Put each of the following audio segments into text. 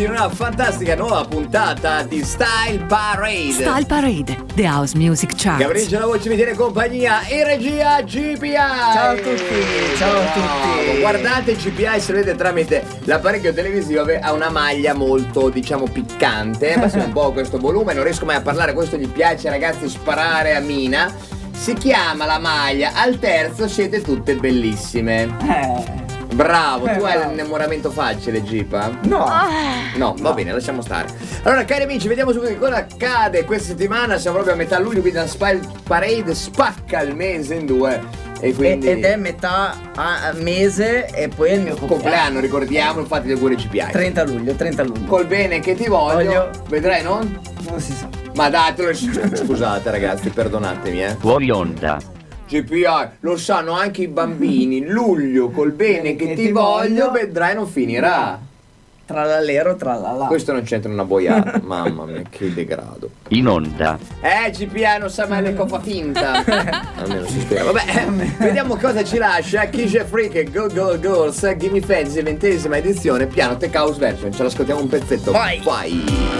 in una fantastica nuova puntata di Style Parade. Style Parade, The House Music Charts. Gabriele la voce mi tiene compagnia in regia GPI. Ciao a tutti, ciao a tutti. Guardate GPI, se vedete tramite l'apparecchio televisivo, ha una maglia molto, diciamo, piccante. Abbassa un po' questo volume, non riesco mai a parlare, questo gli piace, ragazzi, sparare a mina. Si chiama la maglia Al terzo siete tutte bellissime. Bravo, tu hai l'innamoramento facile, Gipa? No, va bene, lasciamo stare. Allora, cari amici, vediamo subito che cosa accade questa settimana. Siamo proprio a metà luglio, quindi la Style Parade spacca il mese in due. E quindi... Ed è metà mese e poi è il mio compleanno, ricordiamo, infatti del pure GPI. 30 luglio. Col bene che ti voglio. Vedrai, non? Non si sa. Ma dai, scusate ragazzi, perdonatemi, Fuori onda. GPI, lo sanno anche i bambini. Luglio, col bene che ti voglio, vedrai non finirà. Trallallero, trallallà. Questo non c'entra una boiata. Mamma mia, che degrado. In onda. GPI non sa mai le fa finta. Almeno si spera. Vabbè, vediamo cosa ci lascia Kisha Freak e Go Go Girls Gimme Fantasy, 20ª edizione, piano Tech House Version. Ce l'ascoltiamo un pezzetto. Vai.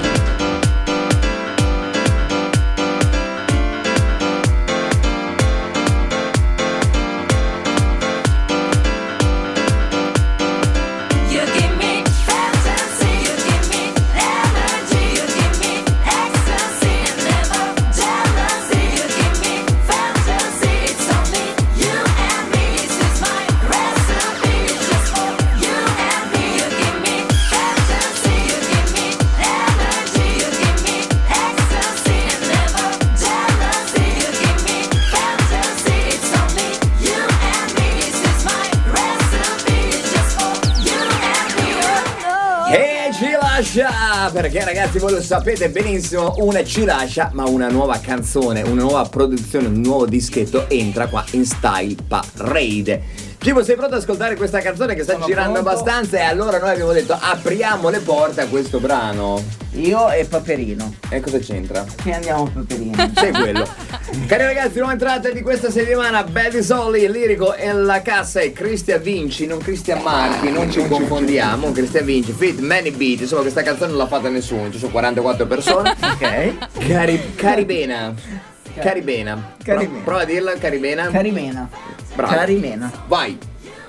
Perché ragazzi, voi lo sapete benissimo, una ci lascia, ma una nuova canzone, una nuova produzione, un nuovo dischetto entra qua in Style Parade. Cibo, sei pronto ad ascoltare questa canzone che sta girando abbastanza? E allora noi abbiamo detto apriamo le porte a questo brano. Io e Paperino. E cosa c'entra? Che andiamo a Paperino. C'è quello. Cari ragazzi, nuova entrata di questa settimana, Belly Solly, Lirico e la cassa è Cristian Vinci, non Cristian Marchi, non ci confondiamo. Cristian Vinci, Fit Many Beat, insomma questa canzone non l'ha fatta nessuno, ci sono 44 persone. Ok. Caribena. Prova a dirla, Caribena. Bravo. Carimena. Vai.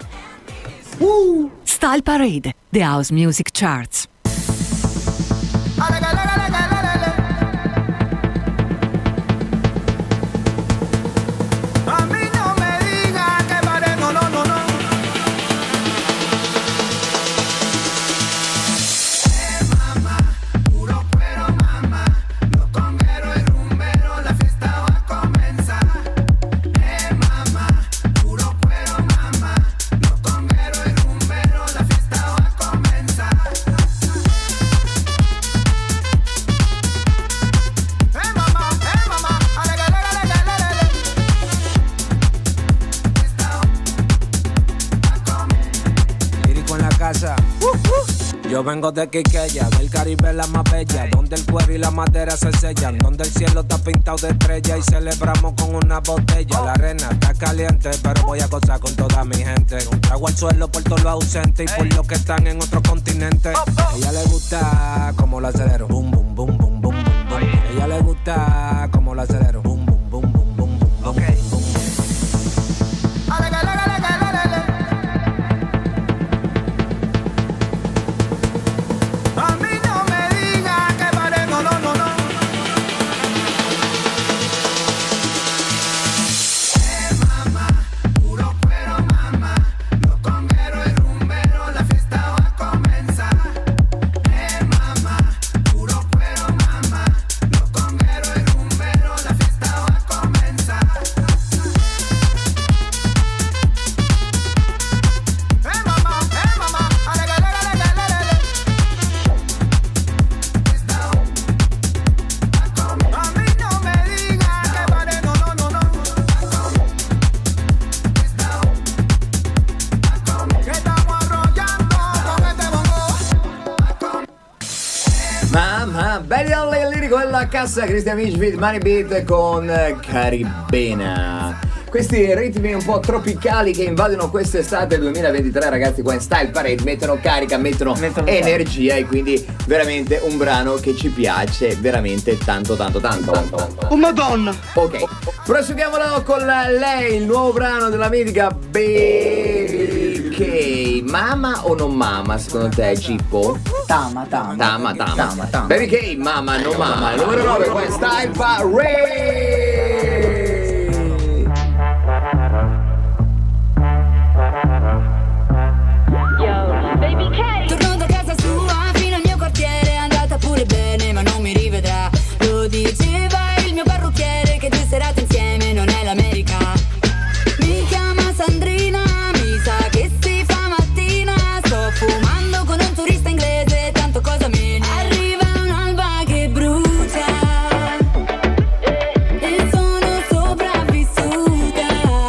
Style Parade, The House Music Charts. Yo vengo de Quiqueya, del Caribe la más bella, donde el cuero y la madera se sellan, donde el cielo está pintado de estrella y celebramos con una botella. La arena está caliente, pero voy a gozar con toda mi gente. Un trago al suelo por todos los ausentes y por los que están en otro continente. Ella le gusta como la acelero, boom, boom, boom, boom, boom, boom. Ella le gusta como la acelero, boom, boom, boom, boom, boom, boom. Okay. Belly Only, il lirico e la cassa, Cristian Vinci, Money Beat con Caribena. questi ritmi un po' tropicali che invadono quest'estate 2023, ragazzi, qua in Style Parade mettono carica, mettono energia e quindi veramente un brano che ci piace veramente tanto. Oh madonna! Ok, proseguiamolo con lei, il nuovo brano della mitica Baby K. Mama o non mama secondo te, Gippo? Tama. Baby K, mama non mama. Il numero 9 qua in Style Parade. Torno da casa sua fino al mio quartiere, è andata pure bene ma non mi rivedrà. Lo diceva il mio parrucchiere che 2 serate insieme non è l'America. Mi chiama Sandrina, mi sa che si fa mattina. Sto fumando con un turista inglese, tanto cosa me ne. Arriva un'alba che brucia e sono sopravvissuta,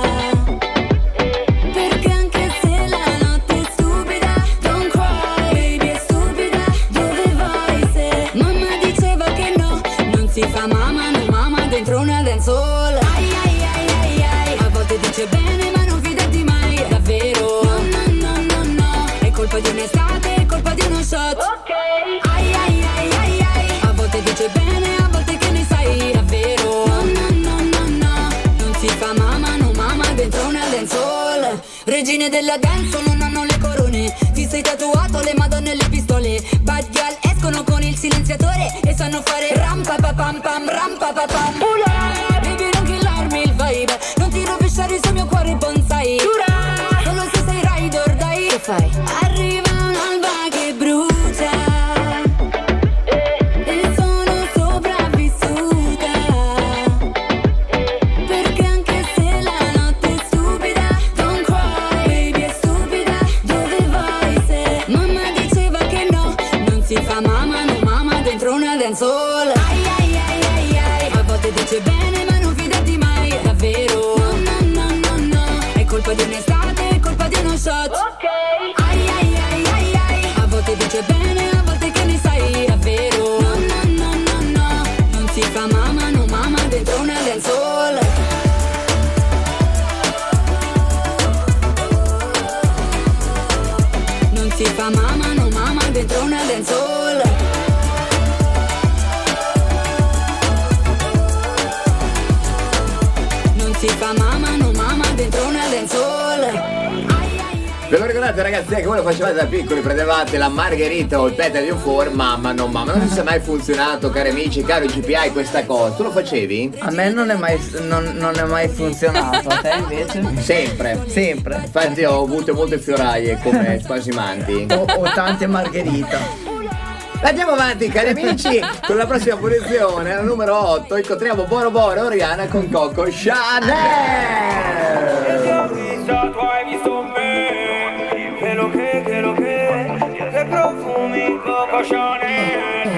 perché anche se la notte è stupida, don't cry, baby è stupida, dove vai se mamma diceva che no, non si fa mamma, no mamma dentro una dancehall. Ai ai ai ai ai, a volte dice bene ma non fidarti mai, davvero. No, è colpa di un'estate, è colpa di uno shot. Ok. Ai ai ai ai ai, a volte dice bene, a volte che ne sai, davvero. No, non si fa mamma, no mamma dentro una dancehall. Regine della dancehall non hanno le corone, ti sei tatuato le madonne e le pistole. Bad girl escono con il silenziatore e sanno fare ram pa pa pam pam, ram pa pa pam. Baby non killarmi il vibe, non ti rovesciare sul mio cuore bonsai. Solo se sei ride or die. Che fai? Arriva un'alba che brucia e sono sopravvissuta, perché anche se la notte è stupida, don't cry, baby è stupida, dove vai se mamma diceva che no, non si fa mamma, no mamma dentro una dancehall. Ai ai ai ai ai, a volte dice bene ma non fidarti mai, davvero. No, è colpa di un'estate, è colpa di uno shot. Ok. Ai ai ai ai ai, a volte dice bene, a volte che ne sai, davvero. No, non si fa mamma, no mamma dentro una dancehall. Non si fa mamma, no mamma dentro una dancehall. Non si fa mamma, no mamma dentro una dancehall. Ve lo ricordate, ragazzi, che voi lo facevate da piccoli, prendevate la margherita o il peta di un four, mamma non mamma. Non so se è mai funzionato, cari amici, caro GPI, questa cosa. Tu lo facevi? A me non è mai funzionato, a te invece? Sempre. Infatti ho avuto molte fioraie come spasimanti. O tante margherita. Andiamo avanti, cari amici, con la prossima posizione, al numero 8, incontriamo Boro Boro Oriana con Coco Chanel. Tu hai visto me, che profumi Coco Chanel.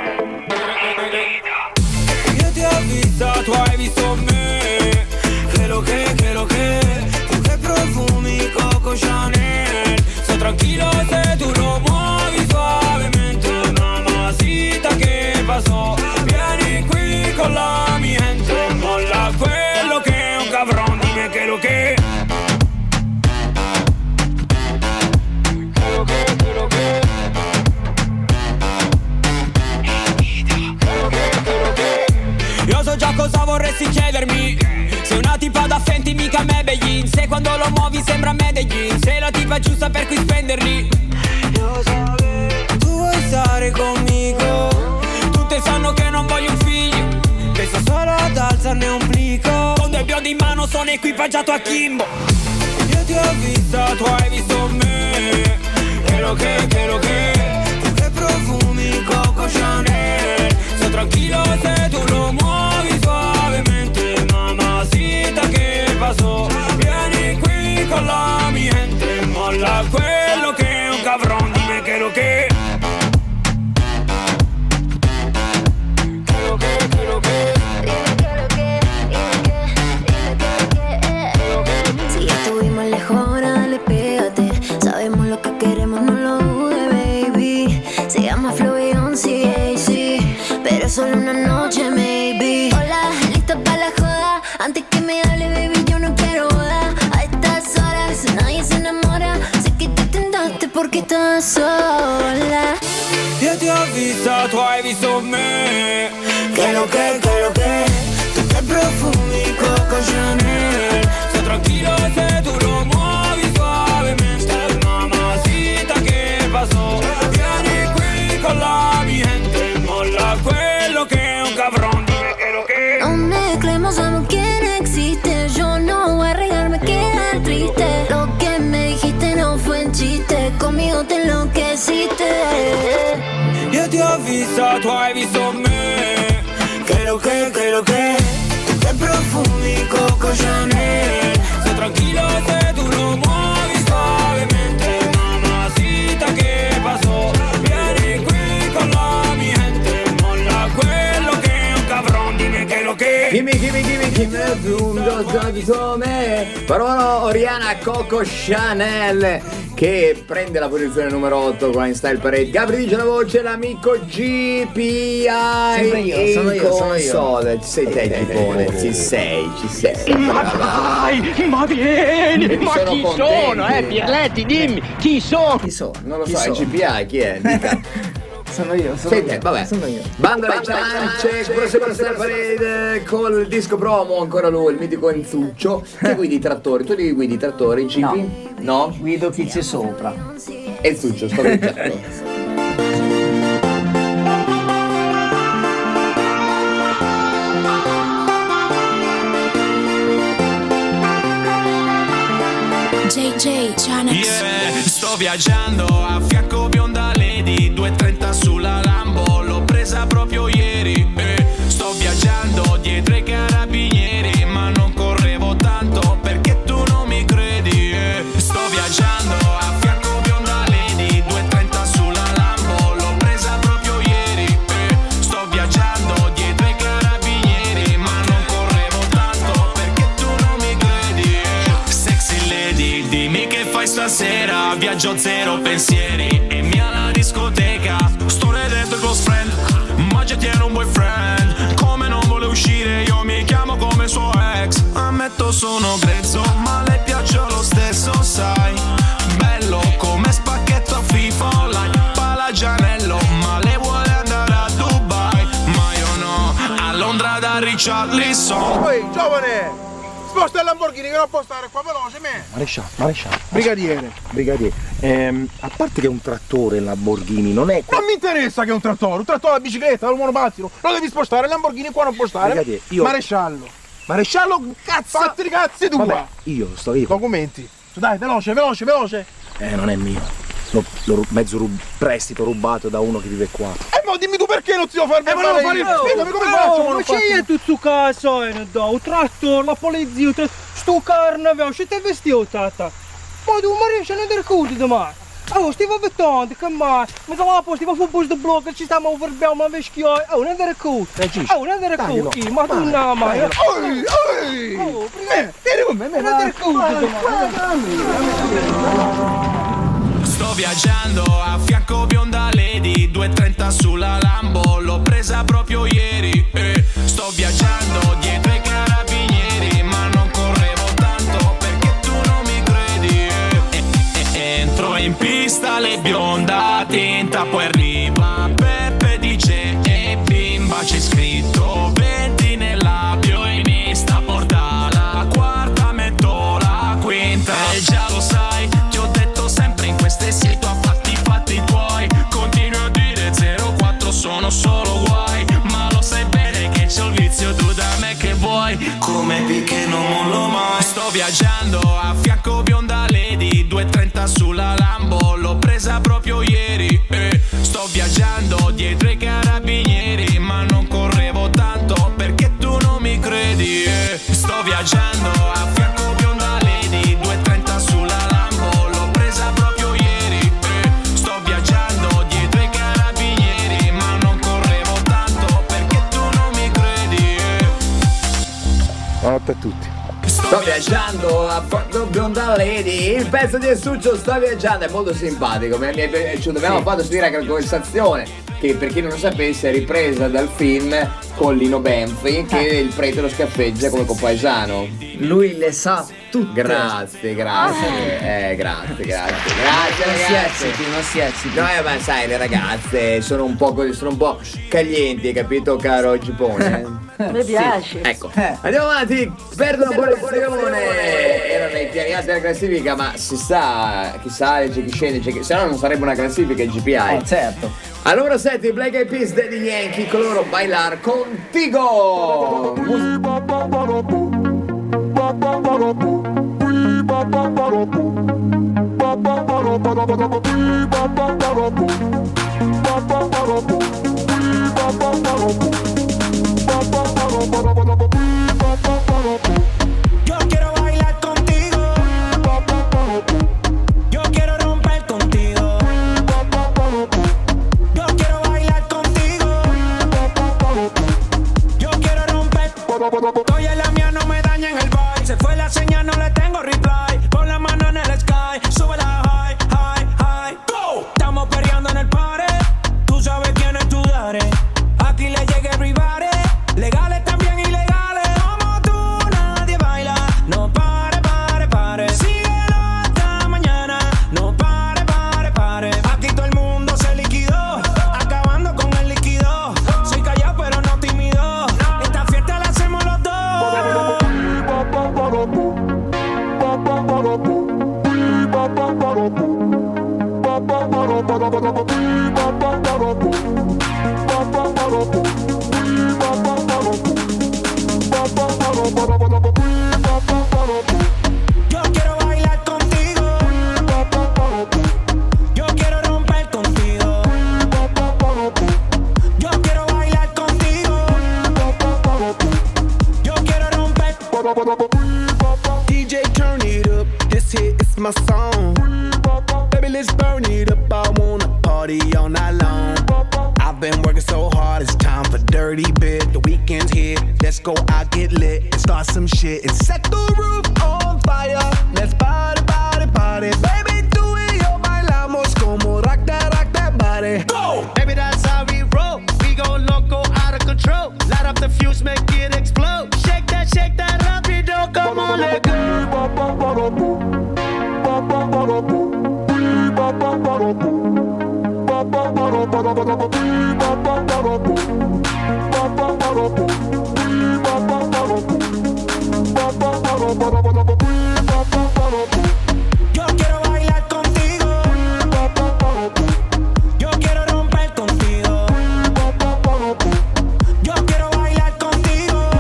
Io ti ho vista, tu hai visto me, che tu che profumi Coco Chanel. Sto tranquillo se tu lo muovi suavemente, mamacita che pasó. Vieni qui con la mia gente, molla quello che è un cabrón, dime che lo che. Io so già cosa vorresti chiedermi. Sei una tipa da fenti, mica Medellin. Se quando lo muovi sembra Medellin. Sei la tipa giusta per cui spenderli. Io so che tu vuoi stare conmigo. Tutte sanno che non voglio un figlio, penso solo ad alzarne un plico. Con 2 biondi in mano sono equipaggiato a Kimbo. Io ti ho vista, tu hai visto me. Che tu che profumi Coco Chanel. Sto tranquillo se tu lo muovi suavemente, mamacita che pasó. Vieni qui con la mia gente, molla quello che è un cabrón, dime che lo che. Si ya estuvimos lejos, ahora dale, pégate. Sabemos lo que queremos, no lo dudes, baby. Se llama Flow Beyoncé, sí, pero solo una noche, maybe. Hola, lista para la joda. Antes que me hable, baby, yo no quiero siento sola. Io ti ho visto, tu hai visto me. Que lo que, tú te profumi Coco Chanel. Sto tranquillo se tu lo muovi suavemente. Mamacita, che pasó? Vieni qui con la mi gente. Molla quello che è un cabrón. Dime que lo que. No mezclemos, sabemos quién existe. Yo no voy a regarme, quedar triste. Lo que me dijiste no fue un chiste. Conmigo te enloqueciste. Io ti ho visto, tu hai visto me. Que lo que, tú te profumi Coco Chanel. Sto tranquillo se tu lo muovi suavemente. Mamacita, che pasó? Vieni qui con la mi gente. Molla quello che è un cabrón. Dime che lo che. Gimme Parola Oriana Coco Chanel che prende la posizione numero 8 qua in Style Parade. Gabri dice la voce, l'amico GPI. Sempre io, sono io. Ci sei te, Gipone, ci sei. Ma dai, ma vieni, ma chi sono, Pirletti, dimmi, chi sono? Non lo so, è GPI, chi è? Dica. Sono io. Sei te, vabbè. Sono io. Banda alle ciance, prosegue la Style Parade col disco promo, ancora lui, il mitico Enzuccio. Che guidi i trattori? Tu li guidi i trattori, GP? No? Guido chi c'è sopra. Enzuccio, sto guidando. JJ Channel. Yeah, sto viaggiando a fianco bionda Lady 230 sulla Lambo, l'ho presa proprio ieri. Sto viaggiando dietro i carabinieri, ma non correvo tanto perché tu non mi credi. Sto viaggiando a fianco bionda Lady 230 sulla Lambo, l'ho presa proprio ieri. Sto viaggiando dietro i carabinieri, ma non correvo tanto perché tu non mi credi. Sexy lady, dimmi che fai stasera. Viaggio zero pensieri e mi alla discoteca. Sto dentro il close friend, ma già tiene un boyfriend. Come non vuole uscire, io mi chiamo come suo ex. Ammetto sono grezzo, ma le piaccio lo stesso, sai. Bello come spacchetto a FIFA online. Palagianello, ma le vuole andare a Dubai. Ma io no, a Londra da Richarlison. Ehi, giovane! Sposta il Lamborghini che non può stare qua veloce, me! Maresciallo. Brigadiere. A parte che è un trattore il Lamborghini, non è... Non mi interessa che è un trattore la bicicletta, un monopattino. Lo devi spostare, il Lamborghini qua non può stare. Brigadiere, io... Maresciallo, cazzo! Fatti i cazzi tu! Vabbè, io. Documenti. Dai, veloce! Non è mio. L'ho prestito rubato da uno che vive qua. Ma dimmi tu perché non ti devo fare spiegami come faccio, ma c'è tu su casa, un trattore, la polizia, sto carne, ci ti vestito, tata. Ma tu mi riesci a non ricordi domani? Oh, stiamo avvettando, che mai? Mi sono la posta, stiamo fu il blocco, ci stiamo verbendo, ma veschioi. Oh, non ti ricordi? Ma tu no, ma... Ehi! Vieni con me, non ti ricordi Sto viaggiando a fianco bionda Lady 230 sulla Lambo, l'ho presa proprio ieri. Sto viaggiando dietro i carabinieri, ma non correvo tanto perché tu non mi credi. Entro in pista, le bionda tinta, poi arriva Peppe dice e bimba, c'è scritto 20 nel labio, in Insta porta la quarta, metto la quinta. E già lo sai, ti ho detto sempre in queste situ fatti tuoi. Continuo a dire 04 sono solo guai, ma lo sai bene che c'ho il vizio, tu da me che vuoi. Come picche non mollo mai. Sto viaggiando a fianco bionda Lady 230 sulla Lambo, l'ho presa proprio ieri. Sto viaggiando dietro i carabinieri, ma non correvo tanto perché tu non mi credi. Sto viaggiando a fianco bionda Lady 230 sulla Lambo, l'ho presa proprio ieri. Sto viaggiando dietro i carabinieri, ma non correvo tanto perché tu non mi credi. Buonanotte a tutti. Sto viaggiando a Porto Bionda Lady. Il pezzo di Enzuccio, sto viaggiando, è molto simpatico. Ci abbiamo fatto sentire anche la conversazione che per chi non lo sapesse è ripresa dal film con Lino Benfi, che il prete lo scaffeggia come compaesano. Lui le sa tutte. Grazie ragazzi. Non si ecciti. No, ma sai, le ragazze sono un po' calienti, hai capito, caro Gipone? Mi piace. Ecco, andiamo avanti, perdono posizione. Erano nei piani alti della classifica, ma si sa, chi sale, c'è chi scende, se no non sarebbe una classifica il GPI. Certo. Al numero 7 Black Eyed Peas, Daddy Yankee, con loro Bailar Contigo. Yo quiero bailar contigo. Yo quiero romper contigo. Yo quiero bailar contigo. Yo quiero romper. Oye, la mía no me daña en el vibe. Se fue la señal, no le tengo reply. Pon la mano en el sky, sube la high, high, high. Go. Estamos perreando en el party. Tú sabes quién es tu daddy. Aquí le llega everybody. Legales también ilegales. Como tú nadie baila. No pare, pare, pare. Síguelo hasta mañana. No pare, pare, pare. Aquí todo el mundo se liquidó. Acabando con el líquido. Soy callado pero no tímido. Esta fiesta la hacemos los dos. Yo quiero bailar contigo. Yo quiero romper contigo. Yo quiero bailar contigo. Yo quiero romper. DJ, turn it up. This hit is my song. Baby, let's burn it up. I wanna party all night long. I've been working so hard, it's time for dirty bit. The weekend's here, let's go out, get lit, and start some shit and set the roof on fire. Let's party, party, party. Baby, do it, yo, bailamos como rock that body. Go! Baby, that's how we roll. We go loco, out of control. Light up the fuse, make it explode. Shake that rapido, come on, let go. Yo quiero bailar contigo. Yo quiero romper contigo. Yo quiero bailar contigo.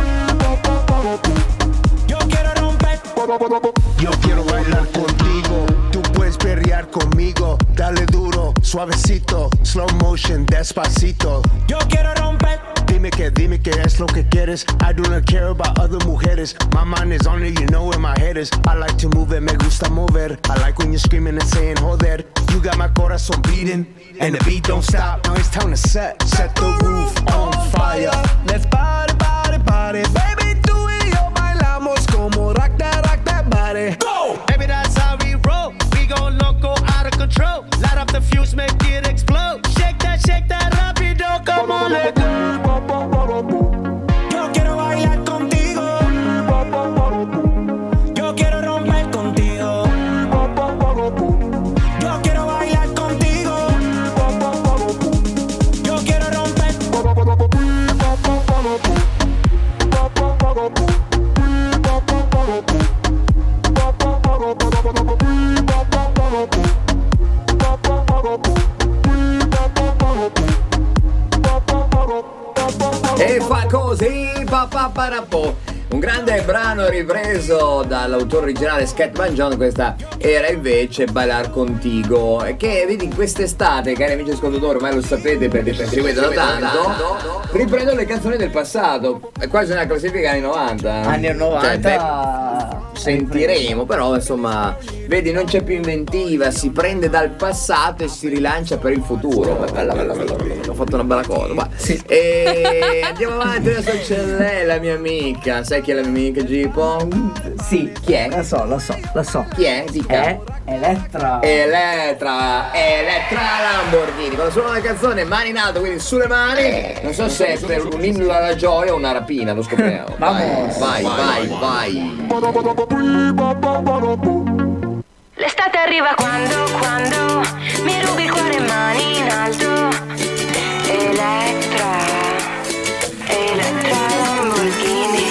Yo quiero romper. Yo quiero bailar contigo, tú puedes perrear conmigo. Dale duro, suavecito, slow motion, despacito. Yo quiero romper. Dime que es lo que quieres. I do not care about other mujeres. My mind is on it, you know where my head is. I like to move it, me gusta mover. I like when you're screaming and saying joder. You got my corazón beating, and the beat don't stop. Now it's time to set the roof on fire. Let's party, party, party. Baby, do it, yo, bailamos como rock that body. Go! Baby, that's how we roll. We go loco, out of control. Light up the fuse, make it explode. Shake that rapido, come on, let go. Yo quiero bailar contigo. Yo quiero romper contigo. Yo quiero bailar contigo. Yo quiero romper. E fa così, papaparapo. Un grande brano ripreso dall'autore originale Scatman John. Questa era invece Bailar Contigo, che vedi in quest'estate, cari amici ascoltatori, ormai lo sapete perché ci seguite da tanto, riprendo le canzoni del passato. È quasi una classifica anni 90. Anni 90. Cioè, sentiremo, però insomma, vedi, non c'è più inventiva, si prende dal passato e si rilancia per il futuro. Bella, ho fatto una bella cosa. Ma... sì. E andiamo avanti, adesso c'è lei, la mia amica. Sai chi è la mia amica, Gipo? Sì. Chi è? Lo so. Chi è? Dica. È Elettra Lamborghini, con la sua nuova canzone Mani in alto, quindi sulle mani. Non so se è per un inno alla gioia o una rapina, lo scopriamo. Vai. L'estate arriva quando mi rubi il cuore, mani in alto. Elettra Lamborghini.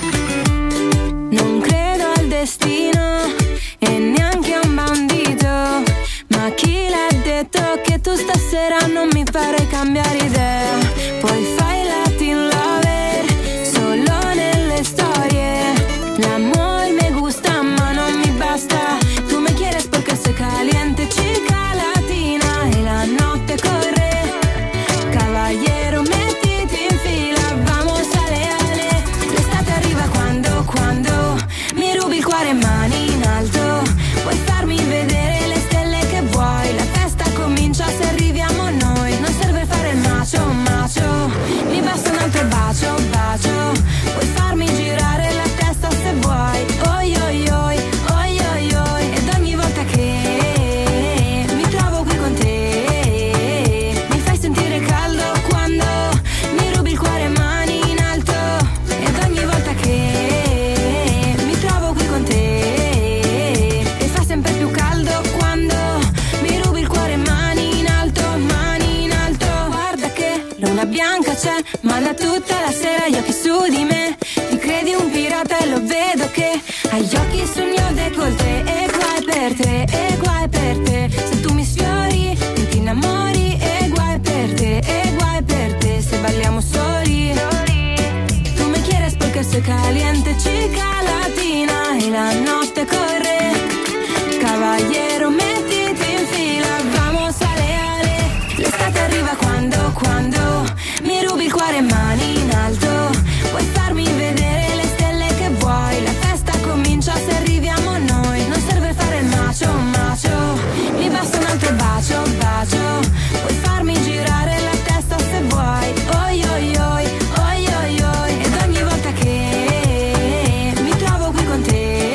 Non credo al destino e neanche a un bandito, ma chi l'ha detto che tu stasera non mi farai cambiare idea? Poi fai Latin lover solo nelle storie. L'amor me gusta ma non mi basta. Tu me quieres porque soy caliente, chica latina, e la notte corre. Caballero, mettiti in fila, vamos ale. L'estate arriva quando mi rubi il cuore, mani in alto. Puoi farmi vedere le stelle che vuoi. La festa comincia se arriviamo noi. Non serve fare il macio, mi basta un altro bacio. Puoi farmi girare la testa se vuoi. Oi oi oi, ed ogni volta che mi trovo qui con te mi fai sentire caldo quando mi rubi il cuore, mani in alto. Ed ogni volta che mi trovo qui con te e fa sempre più caldo quando mi rubi il cuore, mani in alto. Guarda che luna bianca c'è, ma da tutta la sera gli occhi su di me. Ti credi un pirata e lo vedo che hai gli occhi sul mio décolleté. E guai per te, se tu mi sfiori e ti innamori. E guai per te, se balliamo soli. Tu me quieres porque soy caliente, chica latina, e la notte corre. Caballero, mettiti in fila, vamos ale. L'estate arriva quando mi rubi il cuore, mani in alto. Puoi farmi vedere le stelle che vuoi. La festa comincia se arriviamo noi. Non serve fare il macio, mi basta un altro bacio. Puoi farmi girare la testa se vuoi. Oi oi oi, ed ogni volta che mi trovo qui con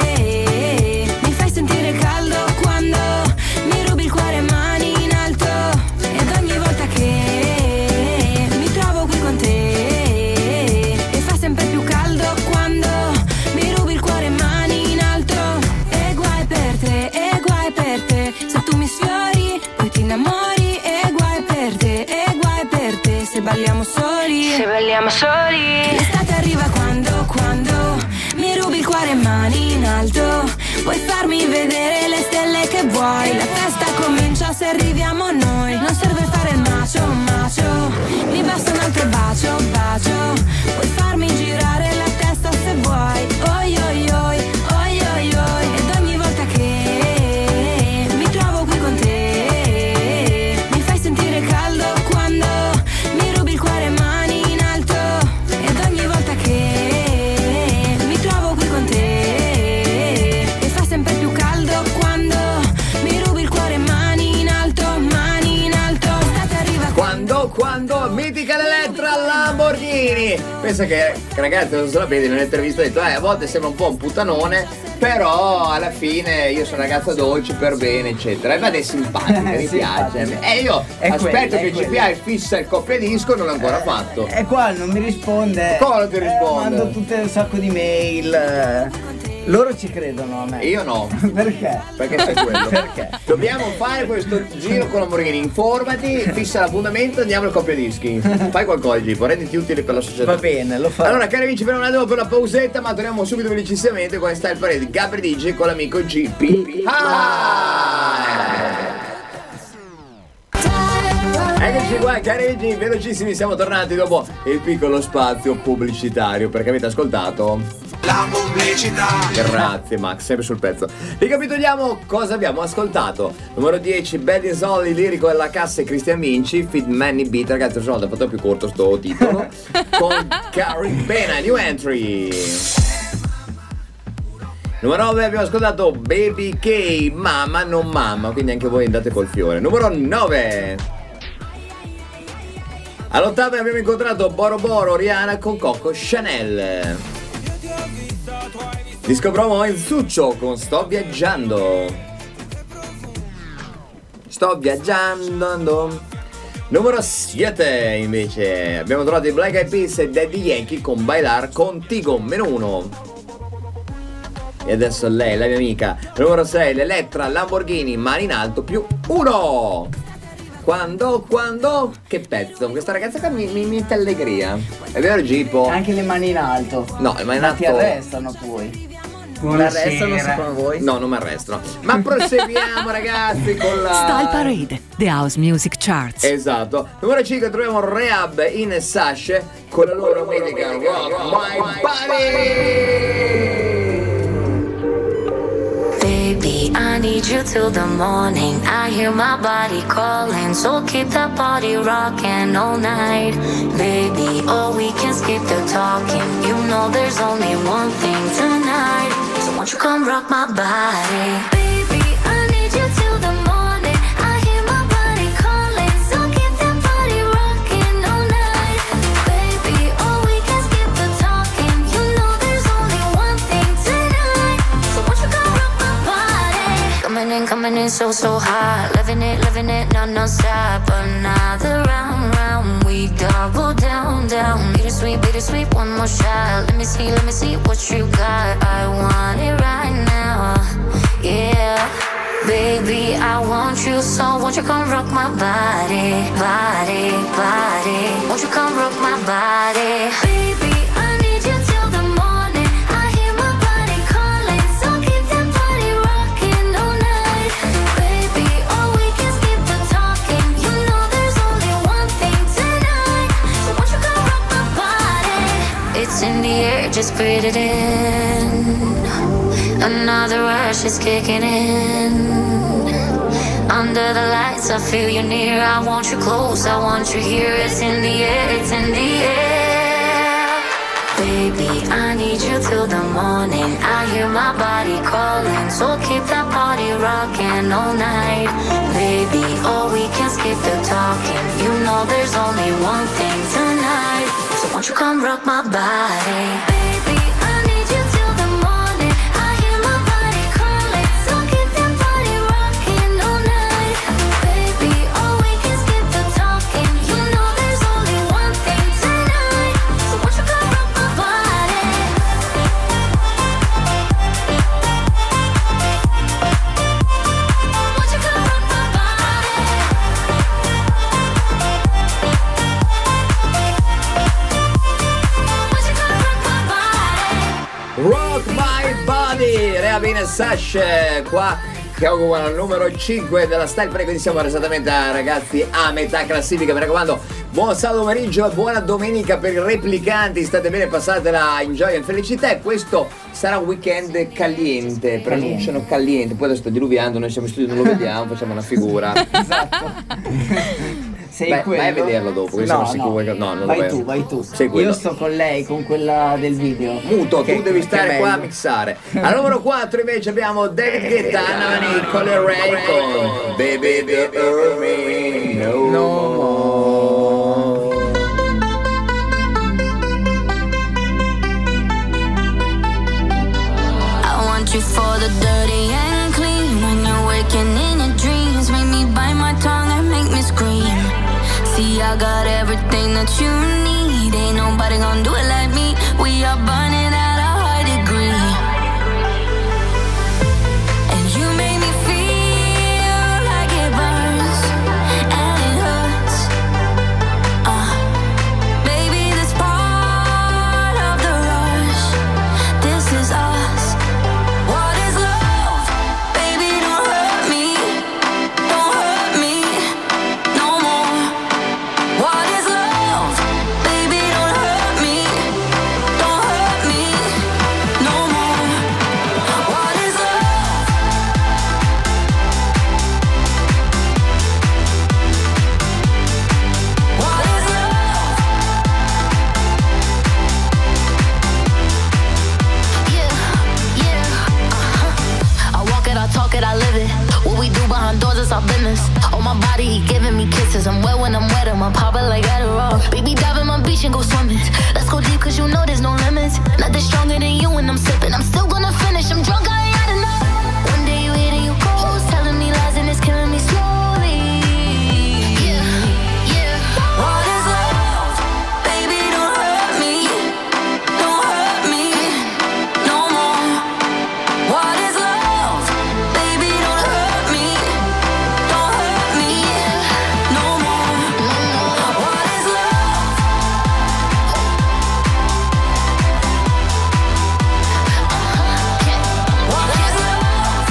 te mi fai sentire caldo quando mi rubi il cuore, mani in alto. Ed ogni volta che mi trovo qui con te e fa sempre più caldo quando mi rubi il cuore, mani in alto. E guai per te, se tu mi sfiori poi ti innamori. E guai per te, se balliamo soli. L'estate arriva quando mi rubi il cuore, mani in alto. Puoi farmi vedere le stelle che vuoi. La festa comincia se arriviamo noi. Non serve fare il macio, mi basta un altro bacio. Puoi farmi girare la testa se vuoi. Oi oi oi, ed ogni volta che mi trovo qui con te mi fai sentire caldo quando mi rubi il cuore, mani in alto. Ed ogni volta che mi trovo qui con te e fa sempre più caldo quando mi rubi il cuore, mani in alto. L'estate arriva quando mitica l'Elettra Lamborghini. Pensa che, ragazzi, non so la vedi, nell'intervista ha detto a volte sembra un po' un puttanone, però alla fine io sono una ragazza dolce, per bene, eccetera. E vado è simpatica, mi piace. E io aspetto che GPA fissa il coppiadisco, non l'ho ancora fatto. E qua non mi risponde. Come non ti risponde? Mando tutte un sacco di mail. Loro ci credono a me. Io no. Perché? Perché sei quello. Perché? Dobbiamo fare questo giro con Lamborghini. Informati, fissa l'appuntamento, andiamo al coppiadischi. Fai qualcosa, Gipo, renditi utile per la società. Va bene, lo farò. Allora, cari amici, fermiamo un attimo per la pausetta, ma torniamo subito velocissimamente con Style Parade Gabri DJ con l'amico GP. Eccoci qua, cari amici, velocissimi, siamo tornati dopo il piccolo spazio pubblicitario, perché avete ascoltato la pubblicità. Grazie Max, sempre sul pezzo. Ricapitoliamo cosa abbiamo ascoltato. Numero 10, Bad Is Only, lirico della cassa e Cristian Vinci, Feed Manny Beat. Ragazzi, ho fatto più corto sto titolo. Con Carrie Pena, New Entry. Numero 9 abbiamo ascoltato Baby K, Mamma non mamma, quindi anche voi andate col fiore. Numero 9. All'8ª abbiamo incontrato Boro Boro, Rihanna con Coco Chanel. Disco promo in Succio con Sto viaggiando. Sto viaggiando. Numero 7 invece abbiamo trovato i Black Eyed Peas e Daddy Yankee con Bailar Contigo, meno 1. E adesso lei, la mia amica. Numero 6, l'Elettra Lamborghini, mani in alto, più 1. Quando? Che pezzo? Questa ragazza qua mi mette allegria. È vero, Gipo? Anche le mani in alto. No, le mani in alto. Ti arrestano poi. Arrestano secondo voi? No, non mi arrestano. Ma proseguiamo ragazzi con la Style Parade, The House Music Charts. Esatto. Numero 5 troviamo Rehab in Sash con la loro mitica Rock My Body. Baby, I need you till the morning. I hear my body calling, so keep that body rocking all night. Baby, oh, we can skip the talking. You know there's only one thing tonight. So won't you come rock my body? Baby, I need you till the morning. I hear my body calling, so keep that body rocking all night. Baby, oh, we can skip the talking. You know there's only one thing tonight. So won't you come rock my body? Coming in so hot. Living it, non-stop. Another round, we double down. Bittersweet, one more shot. Let me see what you got. I want it right now, yeah. Baby, I want you, so won't you come rock my body. Won't you come rock my body? Baby, I need you till the morning. I hear my body calling, so keep that body rocking all night. Baby, oh, we can skip the talking. You know there's only one thing tonight. So won't you come rock my body? It's in the air, just breathe it in. Another rush is kicking in. Under the lights, I feel you near. I want you close, I want you here. It's in the air. Baby, I need you till the morning. I hear my body calling, so keep that body rocking all night. Baby, oh, we can skip the talking. You know there's only one thing tonight. So won't you come rock my body? Baby, I need you till the morning. I hear my body calling, so keep that body rocking all night. Baby, oh, we can skip the talking. You know there's only one thing tonight. So won't you come rock my body? Won't you come rock my body? Won't you come rock my body? Rock My Body, Rehab in Sash, qua che occupano il numero 5 della Style Parade, quindi siamo esattamente ragazzi a metà classifica. Mi raccomando, buon sabato pomeriggio e buona domenica per i replicanti, state bene, passatela in gioia e in felicità, e questo sarà un weekend caliente, pronunciano caliente, poi adesso sta diluviando, noi siamo in studio, non lo vediamo, facciamo una figura. Esatto. Sei quello? Vai a vederlo dopo, che siamo sicuri che no, non vai lo vai tu. Sei quello. Io sto con lei, con quella del video. Muto, tu devi stare qua a mixare. Al numero 4 invece abbiamo David Guetta, Nicole Ray con Baby Don't Hurt Me No More. I want you for the dirty and clean. When you're waking in your dreams, make me bite my tongue and make me scream. See, I got everything that you need. Ain't nobody gonna do it like me. We are burning at a high degree. And you make me feel like it burns and it hurts. Baby, this part of the rush. This is us. What is love? Baby, don't hurt me. Don't hurt me no more. What is love? Baby, don't hurt me. Don't hurt my doors, it's our business. On my body, he giving me kisses. I'm wet when I'm wet, I'm popping like Adderall. Baby, dive in my beach and go swimming. Let's go deep, cause you know there's no limits. Nothing stronger than you when I'm sipping. I'm still gonna finish, I'm drunk, I ain't had enough. One day you hit and you ghost, telling me lies and it's killing me slowly. Yeah, yeah. What is love? Baby, don't hurt me. Don't hurt me no more. What is love? Baby, don't hurt me. Don't hurt me no more. What is love? What is love?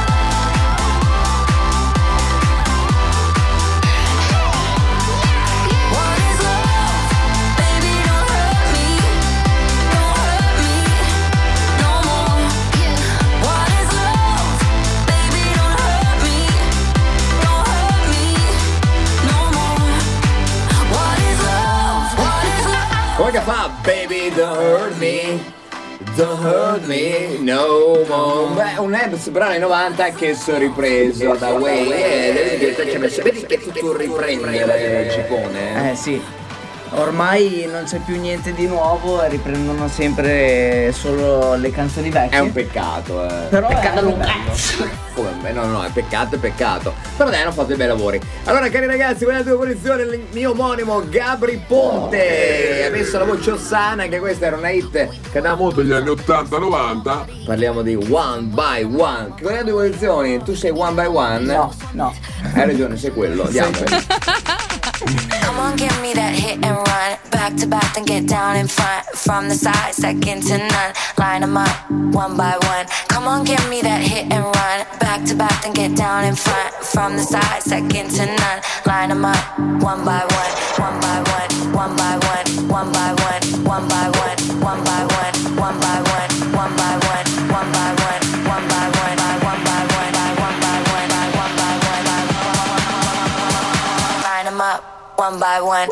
What is love? Baby, don't hurt me. Don't hurt me no more. What is love? Baby, don't hurt me. Don't hurt me no more. What is love? What is love? Come che fa? Baby, don't hurt me. Don't hurt me no more. Beh, un Ebs brano ai 90 che sono ripreso da Way. Vedi che tutto riprendere ci pone. Sì. Ormai non c'è più niente di nuovo e riprendono sempre solo le canzoni vecchie. È un peccato, Però peccato è non bello. Come? No, è peccato, è peccato. Però dai, hanno fatto dei bei lavori. Allora, cari ragazzi, quella tua posizione, il mio omonimo Gabri Ponte. Ha messo la voce Ossana, anche questa era una hit che andava molto Negli anni 80-90. Parliamo di One by One. Che quelle due posizioni, tu sei One by One? No. Hai ragione, sei quello. Andiamo. Come on, give me that hit and run. Back to back, then get down in front. From the side, second to none. Line them up, one by one. Come on, give me that hit and run. Back to back, then get down in front. From the side, second to none. Line them up, one by one. One by one, one by one. One by one, one by one. One by one, one by one. One by one, one by one. One by one, one by one. One by one, one by one. Line them up, one by one.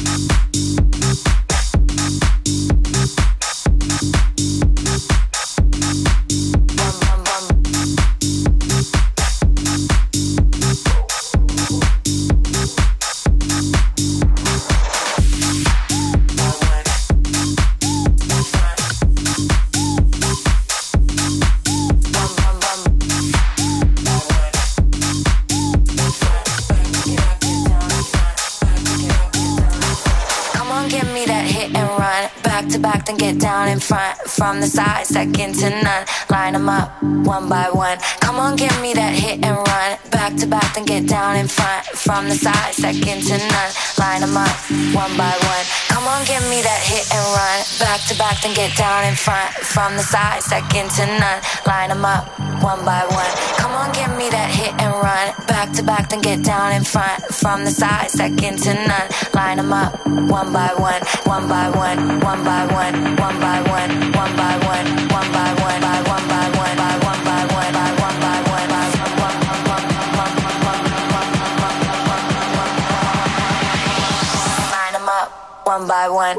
To back, then get down in front. From the side, second to none. Line them up, one by one. Come on, give me that hit and run. Back to back, then get down in front. From the side, second to none. Line them up, one by one. Come on, give me that hit and run. Back to back, then get down in front. From the side, second to none. Line them up, one by one. Come on, give me that hit and run. Back to back, then get down in front. From the side, second to none. Line them up, one by one. One by one, one by one, one by one, one by one, one by one, by one by one, by one by one, by one by one, by one. Line them up, one by one.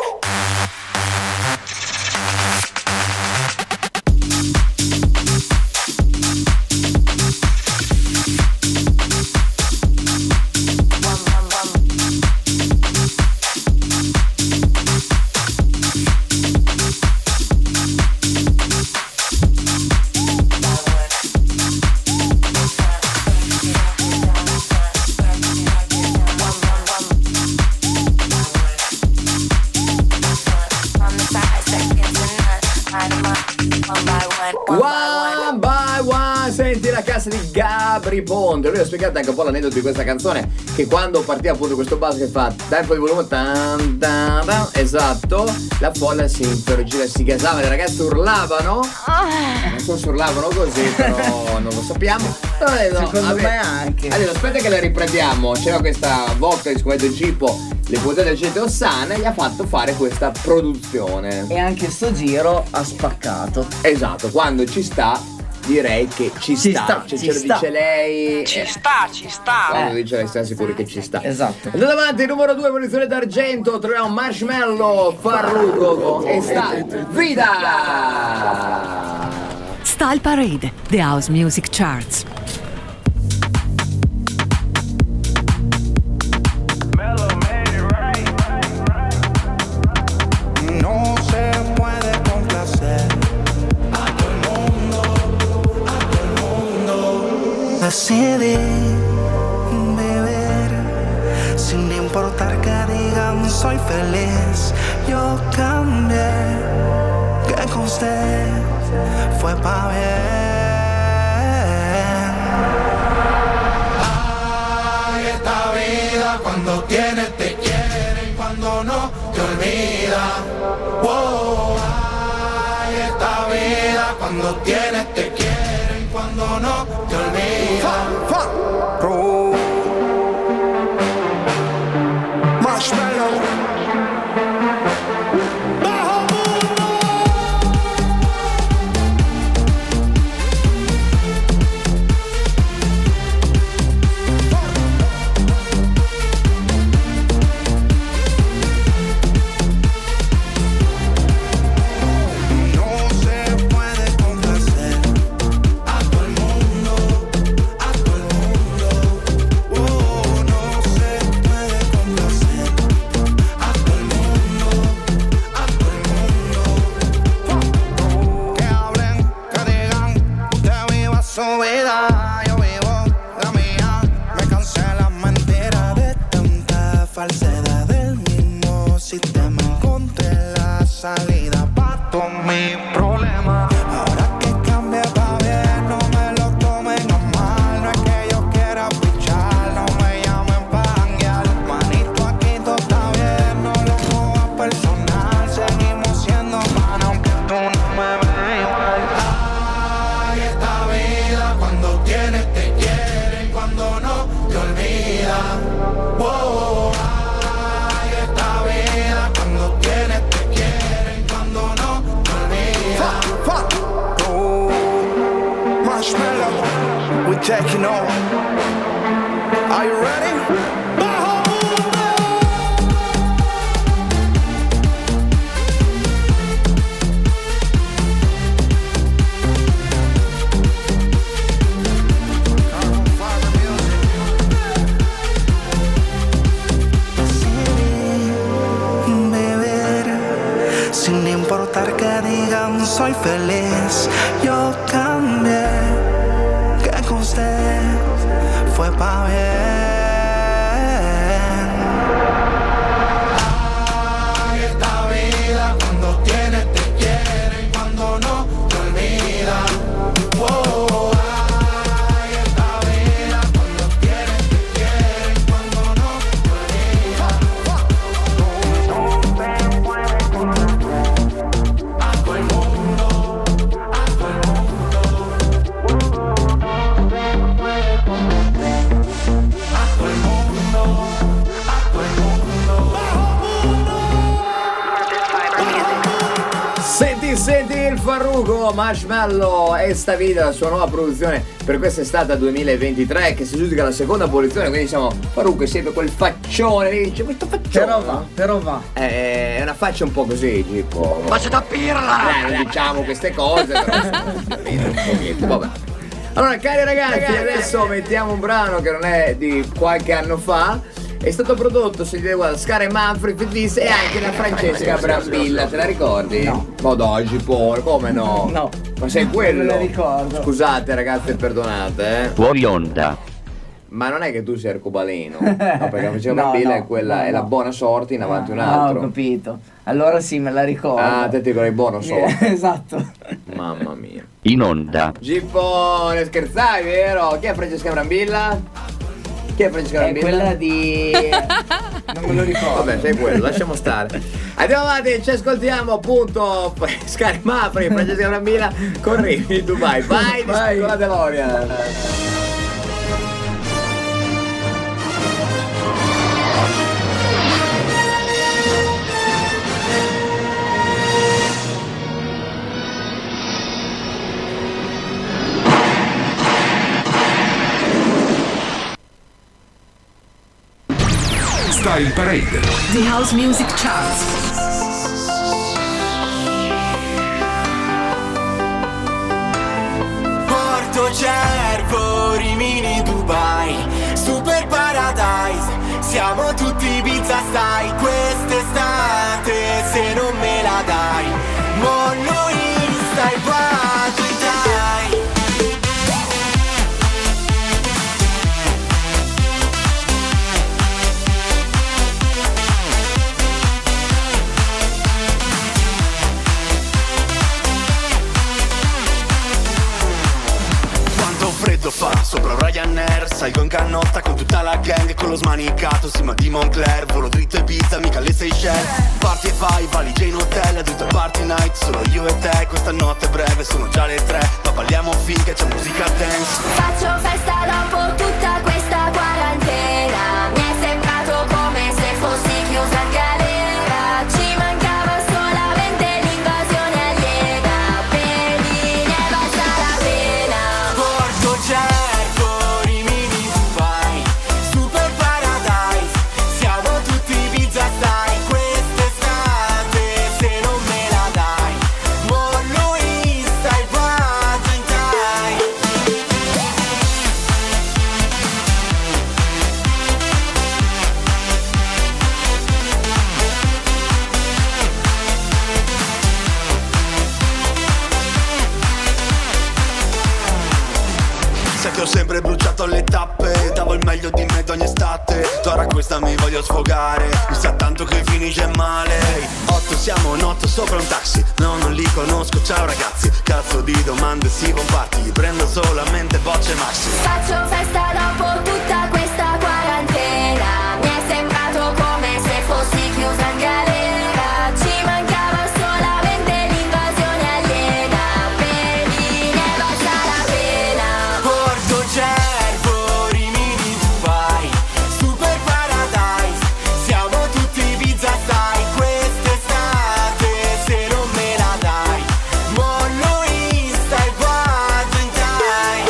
One by one, senti la cassa di Gabri Ponte. Lui ha spiegato anche un po' l'aneddoto di questa canzone, che quando partiva appunto questo basso che fa dai un po' di volume, tan, tan, tan, esatto, la folla si inferocciva, si gasava, le ragazze urlavano. Non so se urlavano così, però non lo sappiamo. Secondo me anche. Allora, aspetta che la riprendiamo. C'era questa vocalist come del Gipo, le puntate del Gente Ossana, e gli ha fatto fare questa produzione. E anche sto giro ha spaccato. Esatto, quando ci sta, direi che ci sta. Cioè, ce lo dice lei. Ci sta. Quando dice lei, stiamo sicuri che ci sta. Esatto. Andando avanti, numero 2, munizione d'argento. Troviamo Marshmello, Farruko e Style Vida. Style Parade, The House Music Charts. decidí vivir sin importar que digan soy feliz. Yo cambié, que con usted fue pa' bien. Ay, esta vida cuando tienes te quieren, cuando no te olvida. Wow. Ay, esta vida cuando tienes te quieren, cuando no te olvida. Marshmallow. Su vida, yo vivo la mía. Me cansé la mentira de tanta falsedad. Del mismo sistema encontré la salida pa' todos mis problemas. Ahora que cambie pa' bien, no me lo tomen a mal. No es que yo quiera pichar, no me llamen pa' janguear. Manito, aquí todo está bien, no lo cojas personal. Seguimos siendo manos aunque tú no me veas igual. Cuando tienes te quieren, cuando no te olvidan. Wow. Ay, esta vida cuando tienes te quieren, cuando no te olvidan. Marshmallow, we're taking over. Are you ready? Sin importar que digan soy feliz, yo cambié, que con usted fue pa' bien. Ay, esta vida cuando tienes te quieren, cuando no te olvidan. Wow. Ay, esta vida cuando tienes te quieren, cuando no te olvidan. Senti il Farruko, Marshmallow e sta vita, la sua nuova produzione per quest'estate 2023 che si giudica la seconda posizione, quindi diciamo Farruko è sempre quel faccione lì, dice questo faccione. Però va. È una faccia un po' così, tipo. Faccia da pirla! Non diciamo queste cose, però un pochino, vabbè. Allora, cari ragazzi, adesso mettiamo un brano che non è di qualche anno fa. È stato prodotto, se guarda, Scar e Manfred Fittis e anche da Francesca Brambilla, te la ricordi? No. Ma dai, Gipone, come no? No. Ma sei quello? Non me la ricordo. Scusate ragazze, perdonate, Fuori onda. Ma non è che tu sei arcobaleno. No, perché Francesca Brambilla è quella, è la buona sorte in avanti un altro. Ho capito. Allora sì, me la ricordo. Ah, te ti ricordi buono sorte. Esatto. Mamma mia. In onda. Gipone, scherzavi, vero? Chi è Francesca Brambilla? Chi è Francesca Brambilla? È quella di... non me lo ricordo. Vabbè, sei quello, lasciamo stare. Andiamo avanti, ci ascoltiamo appunto Scar e Manfred, Francesca Brambilla con Rimini Dubai. Vai, vai con la DeLorean. Style Parade. The House Music Charts. Porto Cervo, Rimini, Dubai, Super Paradise, siamo tutti Ibiza style. Quest'estate se non me la dai, mollo Insta e vado in dai. fa. Sopra Ryanair, salgo in canotta con tutta la gang, con lo smanicato, sì ma di Moncler. Volo dritto e pizza, mica le Seychelles. Parti e vai, valigia in hotel, tutta party night, solo io e te. Questa notte è breve, sono già le 3, ma balliamo finché c'è musica dance. Faccio festa dopo tutta questa quarantena. Mi è sembrato come se fossi chiusa in galera. Ci mancava solamente l'invasione aliena. Vedi, ne basta la pena. Porto Cervo, Rimini, Dubai, Super Paradise, siamo tutti pizza stai. Quest'estate se non me la dai, mollo Insta e vado in Thai. Sai che ho sempre bruciato le tappe, davo il meglio di me ad ogni estate. Ora questa mi voglio sfogare, mi sa tanto che finisce male. 8 siamo in 8 sopra un taxi, no non li conosco, ciao ragazzi. Cazzo di domande si comparti, prendo solamente bocce maxi. Faccio festa dopo tutta questa quarantena. Mi è sembrato come se fossi chiusa in galera. Ci mancava solamente l'invasione aliena. Vedi, ne basta la pena. Porto Cervo, Rimini, Dubai, Super Paradise, siamo tutti pizza stai. Quest'estate se non me la dai, mollo Insta e vado in Thai.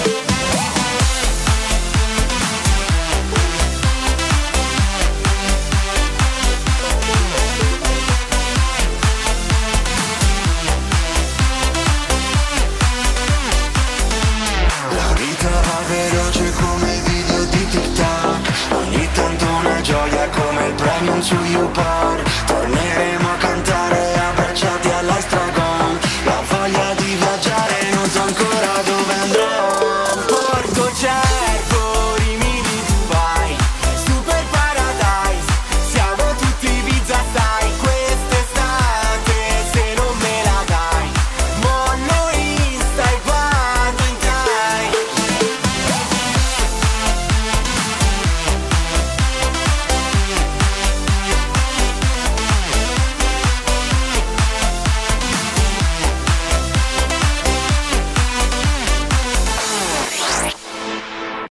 La vita va veloce come i video di TikTok, ogni tanto una gioia come il premium su YouPorn.